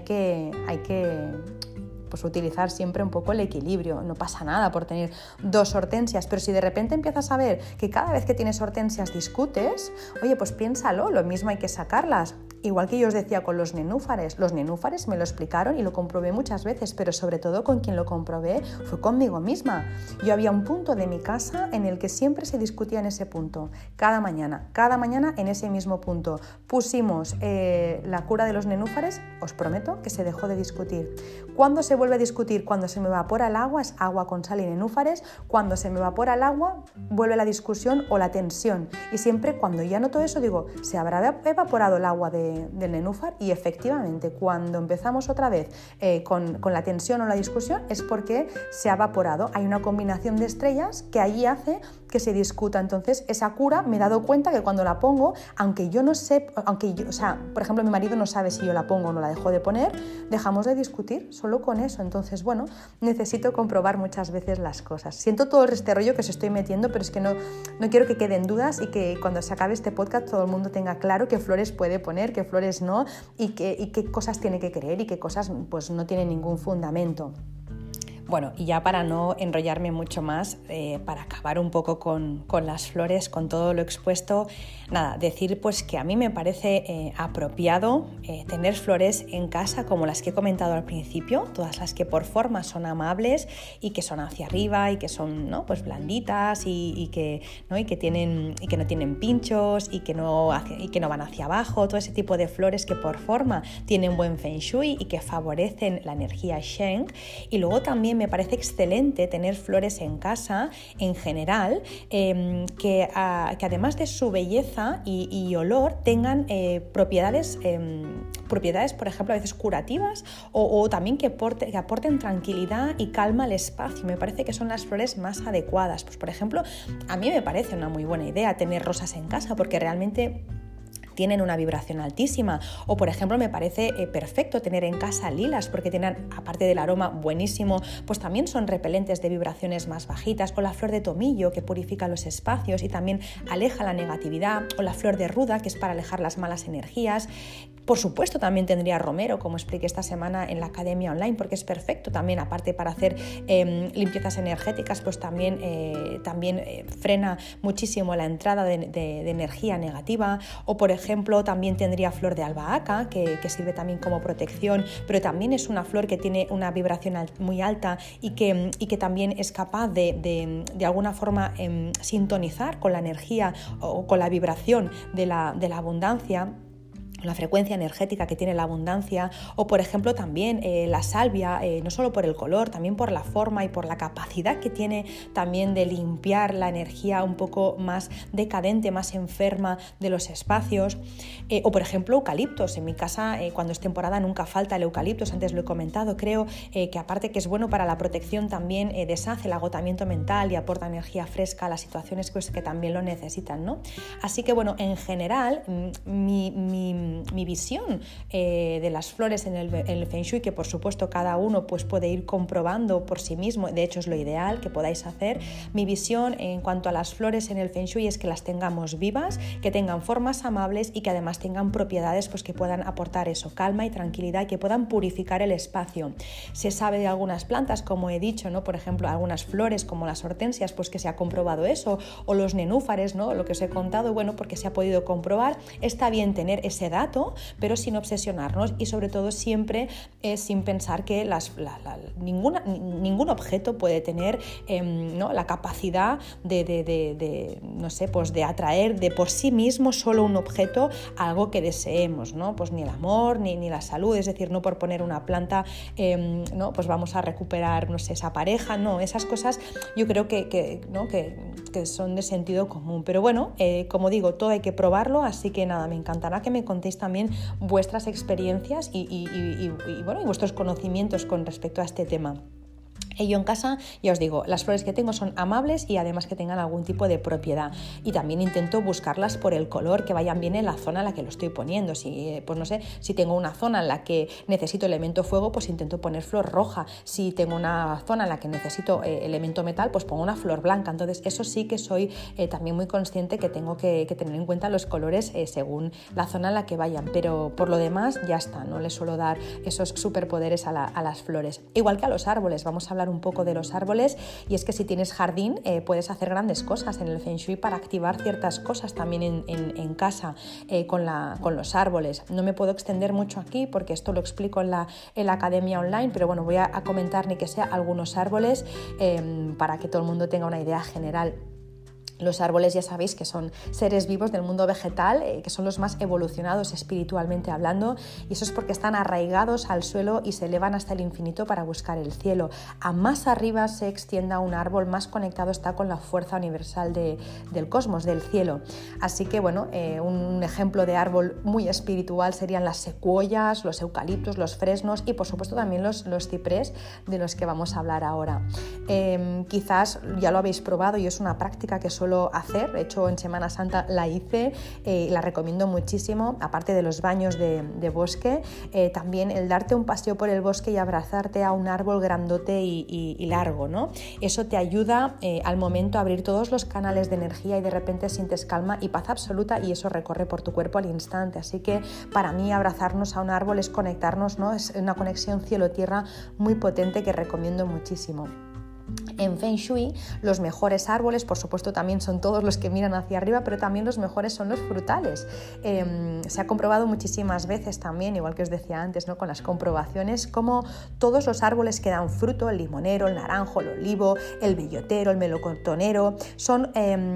que pues utilizar siempre un poco el equilibrio. No pasa nada por tener 2 hortensias, pero si de repente empiezas a ver que cada vez que tienes hortensias discutes, oye, pues piénsalo, lo mismo hay que sacarlas. Igual que yo os decía con los nenúfares me lo explicaron y lo comprobé muchas veces, pero sobre todo con quien lo comprobé fue conmigo misma. Yo había un punto de mi casa en el que siempre se discutía en ese punto, cada mañana en ese mismo punto. Pusimos la cura de los nenúfares, os prometo que se dejó de discutir. ¿Cuándo se vuelve a discutir? Cuando se me evapora el agua, es agua con sal y nenúfares. Cuando se me evapora el agua, vuelve la discusión o la tensión. Y siempre cuando ya noto eso digo, ¿se habrá evaporado el agua del nenúfar? Y efectivamente, cuando empezamos otra vez con la tensión o la discusión es porque se ha evaporado. Hay una combinación de estrellas que allí hace que se discuta. Entonces, esa cura me he dado cuenta que cuando la pongo, aunque yo no sé, por ejemplo, mi marido no sabe si yo la pongo o no la dejo de poner, dejamos de discutir solo con eso. Entonces, bueno, necesito comprobar muchas veces las cosas. Siento todo este rollo que os estoy metiendo, pero es que no quiero que queden dudas y que cuando se acabe este podcast todo el mundo tenga claro qué flores puede poner, qué flores no, y qué cosas tiene que creer y qué cosas pues no tienen ningún fundamento. Bueno, y ya para no enrollarme mucho más, para acabar un poco con las flores, con todo lo expuesto, nada, decir pues que a mí me parece apropiado tener flores en casa como las que he comentado al principio, todas las que por forma son amables y que son hacia arriba y que son, ¿no?, pues blanditas y que no tienen pinchos y que no van hacia abajo, todo ese tipo de flores que por forma tienen buen feng shui y que favorecen la energía Sheng. Y luego también me parece excelente tener flores en casa en general que además de su belleza y olor tengan propiedades, por ejemplo, a veces curativas o también que aporten tranquilidad y calma al espacio. Me parece que son las flores más adecuadas. Pues, por ejemplo, a mí me parece una muy buena idea tener rosas en casa porque realmente tienen una vibración altísima. O por ejemplo me parece perfecto tener en casa lilas porque tienen, aparte del aroma buenísimo, pues también son repelentes de vibraciones más bajitas. O la flor de tomillo, que purifica los espacios y también aleja la negatividad. O la flor de ruda, que es para alejar las malas energías. Por supuesto también tendría romero, como expliqué esta semana en la academia online, porque es perfecto también, aparte para hacer limpiezas energéticas, pues también frena muchísimo la entrada de energía negativa. O por ejemplo también tendría flor de albahaca, que sirve también como protección, pero también es una flor que tiene una vibración muy alta y que también es capaz de alguna forma sintonizar con la energía o con la vibración de la abundancia, la frecuencia energética que tiene la abundancia. O por ejemplo también la salvia, no solo por el color, también por la forma y por la capacidad que tiene también de limpiar la energía un poco más decadente, más enferma de los espacios. O por ejemplo eucaliptos. En mi casa cuando es temporada nunca falta el eucaliptos, antes lo he comentado. Creo que aparte que es bueno para la protección, también deshace el agotamiento mental y aporta energía fresca a las situaciones que también lo necesitan, ¿no? Así que bueno, en general mi visión de las flores en el Feng Shui, que por supuesto cada uno pues puede ir comprobando por sí mismo, de hecho es lo ideal que podáis hacer. Mi visión en cuanto a las flores en el Feng Shui es que las tengamos vivas, que tengan formas amables y que además tengan propiedades pues que puedan aportar eso, calma y tranquilidad, y que puedan purificar el espacio. Se sabe de algunas plantas, como he dicho, ¿no? Por ejemplo, algunas flores como las hortensias, pues que se ha comprobado eso, o los nenúfares, ¿no? Lo que os he contado, bueno, porque se ha podido comprobar. Está bien tener ese dato, pero sin obsesionarnos y sobre todo siempre sin pensar que ningún objeto puede tener ¿no? la capacidad de atraer de por sí mismo solo un objeto, algo que deseemos, ¿no? Pues ni el amor ni la salud, es decir, no por poner una planta ¿no? Pues vamos a recuperar, no sé, esa pareja, no, esas cosas yo creo que son de sentido común, pero bueno, como digo, todo hay que probarlo, así que nada, me encantará que me contéis también vuestras experiencias y vuestros conocimientos con respecto a este tema. Yo en casa, ya os digo, las flores que tengo son amables y además que tengan algún tipo de propiedad, y también intento buscarlas por el color, que vayan bien en la zona en la que lo estoy poniendo. Si, pues no sé, si tengo una zona en la que necesito elemento fuego, pues intento poner flor roja. Si tengo una zona en la que necesito elemento metal, pues pongo una flor blanca. Entonces eso sí que soy también muy consciente que tengo que tener en cuenta los colores según la zona en la que vayan, pero por lo demás ya está, no les suelo dar esos superpoderes a las flores. Igual que a los árboles, vamos a hablar un poco de los árboles, y es que si tienes jardín puedes hacer grandes cosas en el Feng Shui para activar ciertas cosas también en casa con los árboles. No me puedo extender mucho aquí porque esto lo explico en la academia online, pero bueno, voy a comentar ni que sea algunos árboles para que todo el mundo tenga una idea general. Los árboles ya sabéis que son seres vivos del mundo vegetal, que son los más evolucionados espiritualmente hablando, y eso es porque están arraigados al suelo y se elevan hasta el infinito para buscar el cielo. A más arriba se extienda un árbol, más conectado está con la fuerza universal del cosmos, del cielo. Así que bueno, un ejemplo de árbol muy espiritual serían las secuoyas, los eucaliptos, los fresnos y por supuesto también los ciprés, de los que vamos a hablar ahora. Quizás ya lo habéis probado y es una práctica que suelo hacer. De hecho, en Semana Santa la hice, la recomiendo muchísimo, aparte de los baños de bosque, también el darte un paseo por el bosque y abrazarte a un árbol grandote y largo, ¿no? Eso te ayuda al momento a abrir todos los canales de energía y de repente sientes calma y paz absoluta, y eso recorre por tu cuerpo al instante. Así que para mí abrazarnos a un árbol es conectarnos, ¿no? Es una conexión cielo-tierra muy potente que recomiendo muchísimo. En Feng Shui, los mejores árboles, por supuesto, también son todos los que miran hacia arriba, pero también los mejores son los frutales. Se ha comprobado muchísimas veces también, igual que os decía antes, ¿no? Con las comprobaciones, como todos los árboles que dan fruto, el limonero, el naranjo, el olivo, el bellotero, el melocotonero, son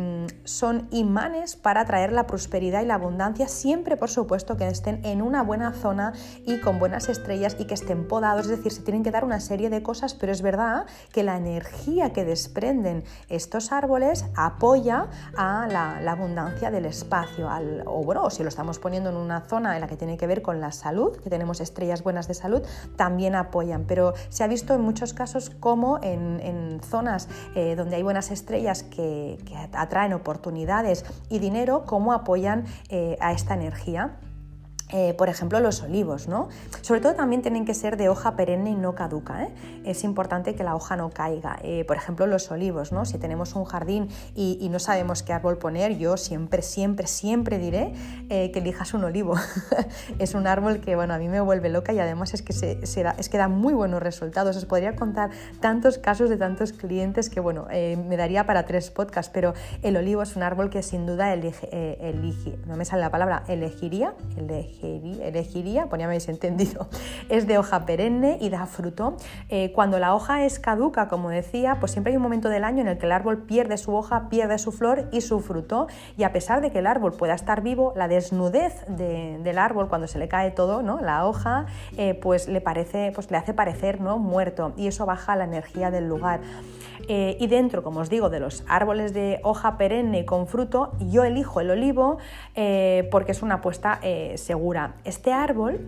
imanes para traer la prosperidad y la abundancia, siempre, por supuesto, que estén en una buena zona y con buenas estrellas y que estén podados. Es decir, se tienen que dar una serie de cosas, pero es verdad que la energía energía que desprenden estos árboles apoya a la abundancia del espacio, o si lo estamos poniendo en una zona en la que tiene que ver con la salud, que tenemos estrellas buenas de salud, también apoyan, pero se ha visto en muchos casos como en zonas donde hay buenas estrellas que atraen oportunidades y dinero, cómo apoyan a esta energía. Por ejemplo, los olivos, ¿no? Sobre todo también tienen que ser de hoja perenne y no caduca, ¿eh? Es importante que la hoja no caiga. Por ejemplo, los olivos, ¿no? Si tenemos un jardín y no sabemos qué árbol poner, yo siempre diré que elijas un olivo. Es un árbol que, bueno, a mí me vuelve loca y además es que da muy buenos resultados. Os podría contar tantos casos de tantos clientes que, bueno, me daría para 3 podcasts, pero el olivo es un árbol que sin duda no me sale la palabra, elegiría, pues ya me habéis entendido. Es de hoja perenne y da fruto. Cuando la hoja es caduca, como decía, pues siempre hay un momento del año en el que el árbol pierde su hoja, pierde su flor y su fruto, y a pesar de que el árbol pueda estar vivo, la desnudez del árbol, cuando se le cae todo, ¿no? La hoja, pues le hace parecer, ¿no? Muerto, y eso baja la energía del lugar. Y dentro, como os digo, de los árboles de hoja perenne con fruto, yo elijo el olivo porque es una apuesta segura. Este árbol,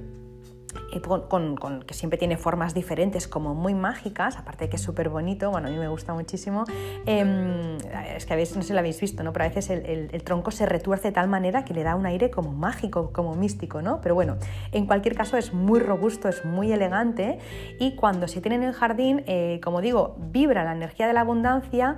que siempre tiene formas diferentes, como muy mágicas, aparte de que es súper bonito, bueno, a mí me gusta muchísimo, es que a veces no sé si lo habéis visto, ¿no? Pero a veces el tronco se retuerce de tal manera que le da un aire como mágico, como místico, ¿no? Pero bueno, en cualquier caso es muy robusto, es muy elegante, y cuando se tiene en el jardín, como digo, vibra la energía de la abundancia,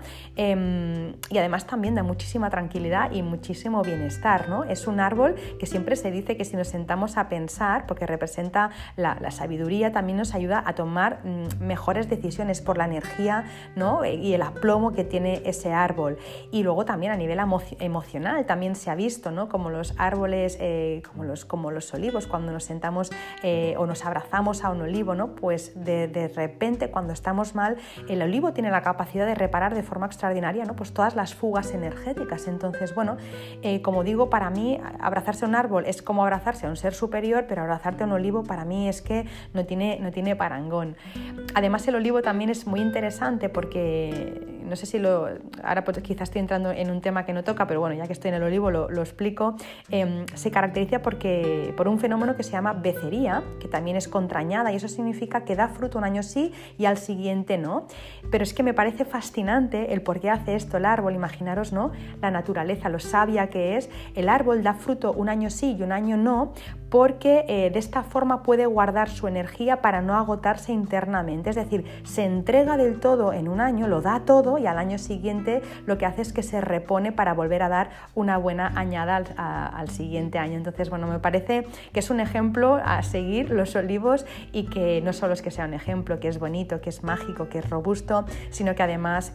y además también da muchísima tranquilidad y muchísimo bienestar, ¿no? Es un árbol que siempre se dice que si nos sentamos a pensar, porque representa la sabiduría, también nos ayuda a tomar mejores decisiones por la energía, ¿no? Y el aplomo que tiene ese árbol. Y luego también a nivel emocional también se ha visto, ¿no? Como los árboles, como los olivos, cuando nos sentamos o nos abrazamos a un olivo, ¿no? Pues de repente, cuando estamos mal, el olivo tiene la capacidad de reparar de forma extraordinaria, ¿no? Pues todas las fugas energéticas. Entonces, bueno, como digo, para mí abrazarse a un árbol es como abrazarse a un ser superior, pero abrazarte a un olivo para mí es que no tiene parangón. Además, el olivo también es muy interesante porque, no sé si ahora pues quizás estoy entrando en un tema que no toca, pero bueno, ya que estoy en el olivo lo explico. Se caracteriza por un fenómeno que se llama becería, que también es contrañada, y eso significa que da fruto un año sí y al siguiente no. Pero es que me parece fascinante el por qué hace esto el árbol. Imaginaros, ¿no? La naturaleza, lo sabia que es. El árbol da fruto un año sí y un año no, porque de esta forma puede guardar su energía para no agotarse internamente. Es decir, se entrega del todo en un año, lo da todo, y al año siguiente lo que hace es que se repone para volver a dar una buena añada al siguiente año. Entonces, bueno, me parece que es un ejemplo a seguir los olivos, y que no solo es que sea un ejemplo, que es bonito, que es mágico, que es robusto, sino que además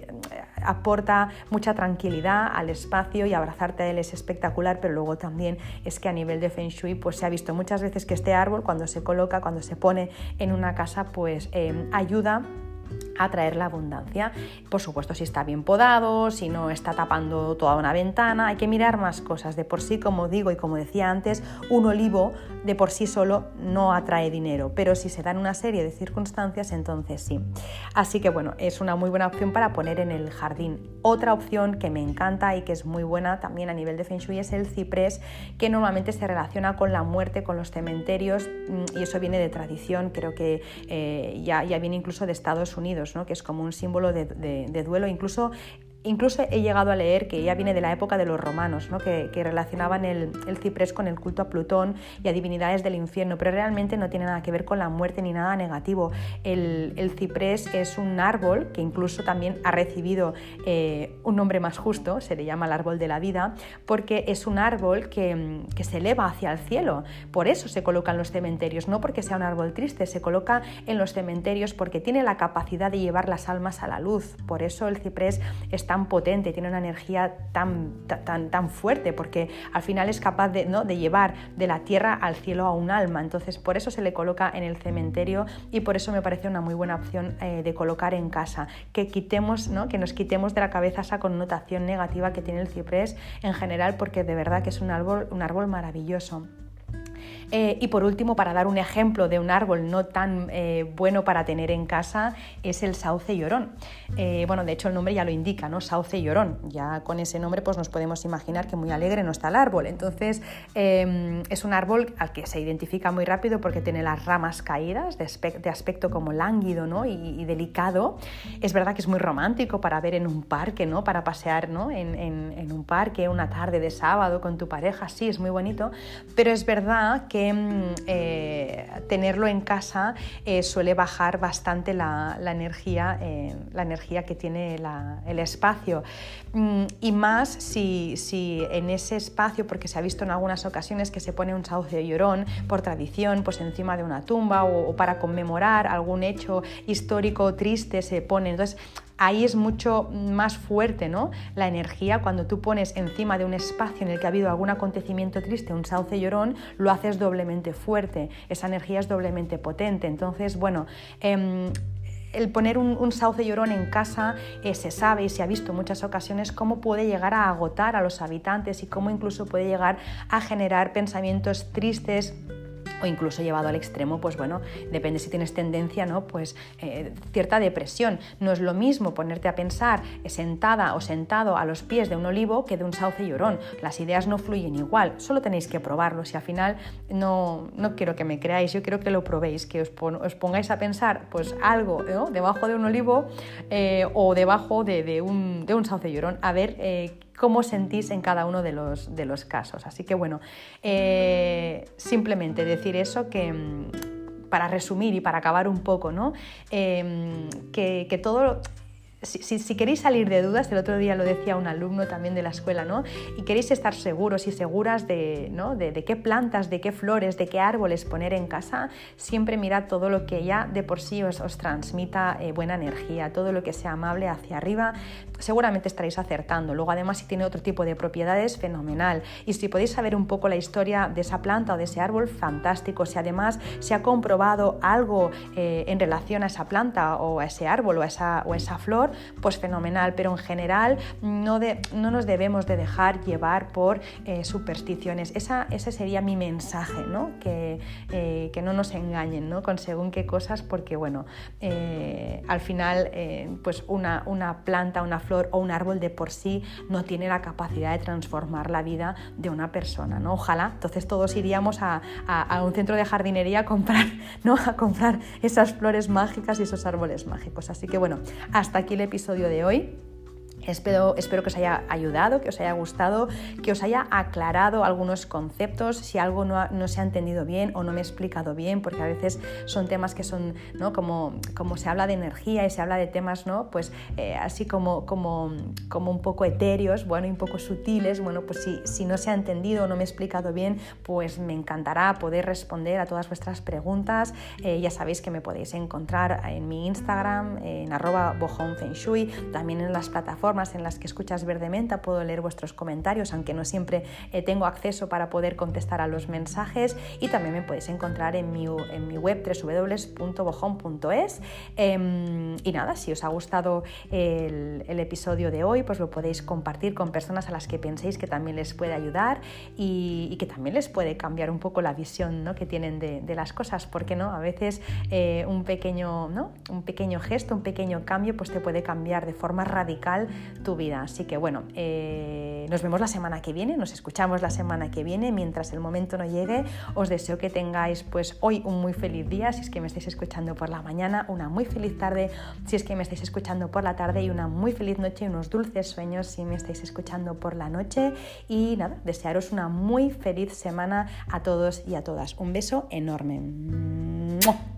aporta mucha tranquilidad al espacio, y abrazarte a él es espectacular. Pero luego también es que a nivel de Feng Shui, pues se ha visto muchas veces que este árbol, cuando se coloca, cuando se pone en una casa, pues ayuda a traer la abundancia. Por supuesto, si está bien podado, si no está tapando toda una ventana, hay que mirar más cosas. De por sí, como digo y como decía antes, un olivo de por sí solo no atrae dinero, pero si se dan una serie de circunstancias, entonces sí. Así que bueno, es una muy buena opción para poner en el jardín. Otra opción que me encanta y que es muy buena también a nivel de Feng Shui es el ciprés, que normalmente se relaciona con la muerte, con los cementerios, y eso viene de tradición. Creo que ya viene incluso de Estados Unidos, ¿no? Que es como un símbolo de duelo. Incluso he llegado a leer que ya viene de la época de los romanos, ¿no? que relacionaban el ciprés con el culto a Plutón y a divinidades del infierno, pero realmente no tiene nada que ver con la muerte ni nada negativo. El ciprés es un árbol que incluso también ha recibido un nombre más justo, se le llama el árbol de la vida, porque es un árbol que se eleva hacia el cielo. Por eso se coloca en los cementerios, no porque sea un árbol triste, se coloca en los cementerios porque tiene la capacidad de llevar las almas a la luz. Por eso el ciprés es tan potente, tiene una energía tan fuerte, porque al final es capaz de llevar de la tierra al cielo a un alma. Entonces, por eso se le coloca en el cementerio, y por eso me parece una muy buena opción de colocar en casa, que nos quitemos de la cabeza esa connotación negativa que tiene el ciprés en general, porque de verdad que es un árbol maravilloso. Y por último, para dar un ejemplo de un árbol no tan bueno para tener en casa, es el sauce llorón. Bueno, de hecho el nombre ya lo indica, ¿no? Sauce llorón. Ya con ese nombre pues nos podemos imaginar que muy alegre no está el árbol. Entonces es un árbol al que se identifica muy rápido porque tiene las ramas caídas, de aspecto como lánguido, ¿no? y delicado. Es verdad que es muy romántico para ver en un parque, ¿no? Para pasear, ¿no? en un parque una tarde de sábado con tu pareja, sí, es muy bonito, pero es verdad que tenerlo en casa suele bajar bastante la energía que tiene el espacio, y más si en ese espacio, porque se ha visto en algunas ocasiones que se pone un sauce llorón por tradición, pues encima de una tumba o para conmemorar algún hecho histórico triste se pone. Entonces ahí es mucho más fuerte, ¿no? La energía. Cuando tú pones encima de un espacio en el que ha habido algún acontecimiento triste un sauce llorón, lo haces doblemente fuerte, esa energía es doblemente potente. Entonces, bueno, el poner un sauce llorón en casa se sabe y se ha visto en muchas ocasiones cómo puede llegar a agotar a los habitantes y cómo incluso puede llegar a generar pensamientos tristes, o incluso llevado al extremo, pues bueno, depende si tienes tendencia, ¿no? Pues cierta depresión. No es lo mismo ponerte a pensar sentada o sentado a los pies de un olivo que de un sauce llorón. Las ideas no fluyen igual, solo tenéis que probarlo. Si al final no quiero que me creáis, yo quiero que lo probéis, que os pongáis a pensar pues algo, ¿no? Debajo de un olivo o debajo de un sauce llorón, a ver cómo sentís en cada uno de los casos. Así que bueno, simplemente decir eso, que para resumir y para acabar un poco, ¿no? Que todo... Si queréis salir de dudas, el otro día lo decía un alumno también de la escuela, ¿no? Y queréis estar seguros y seguras de qué plantas, de qué flores, de qué árboles poner en casa, siempre mirad todo lo que ya de por sí os transmita buena energía, todo lo que sea amable hacia arriba, seguramente estaréis acertando. Luego además si tiene otro tipo de propiedades, fenomenal. Y si podéis saber un poco la historia de esa planta o de ese árbol, fantástico. Si además se ha comprobado algo en relación a esa planta o a ese árbol o a esa flor, pues fenomenal, pero en general no nos debemos de dejar llevar por supersticiones. Ese sería mi mensaje, ¿no? Que no nos engañen, ¿no? Con según qué cosas, porque bueno, al final pues una planta, una flor o un árbol de por sí no tiene la capacidad de transformar la vida de una persona, ¿no? Ojalá, entonces todos iríamos a un centro de jardinería a comprar esas flores mágicas y esos árboles mágicos. Así que bueno, hasta aquí el episodio de hoy. Espero que os haya ayudado, que os haya gustado, que os haya aclarado algunos conceptos, si algo no se ha entendido bien o no me he explicado bien, porque a veces son temas que son, ¿no? como se habla de energía y se habla de temas, ¿no? Pues así como un poco etéreos, bueno, y un poco sutiles. Bueno, pues si no se ha entendido o no me he explicado bien, pues me encantará poder responder a todas vuestras preguntas. Ya sabéis que me podéis encontrar en mi Instagram, en @bojonfengshui, también en las plataformas en las que escuchas Verde Menta puedo leer vuestros comentarios, aunque no siempre tengo acceso para poder contestar a los mensajes, y también me podéis encontrar en mi web www.bojon.es. Y nada, si os ha gustado el episodio de hoy, pues lo podéis compartir con personas a las que penséis que también les puede ayudar y que también les puede cambiar un poco la visión, ¿no? que tienen de las cosas, porque no, a veces un pequeño gesto, un pequeño cambio pues te puede cambiar de forma radical tu vida. Así que bueno, nos vemos la semana que viene, nos escuchamos la semana que viene. Mientras el momento no llegue, os deseo que tengáis pues hoy un muy feliz día si es que me estáis escuchando por la mañana, una muy feliz tarde si es que me estáis escuchando por la tarde, y una muy feliz noche y unos dulces sueños si me estáis escuchando por la noche. Y nada, desearos una muy feliz semana a todos y a todas. Un beso enorme. ¡Mua!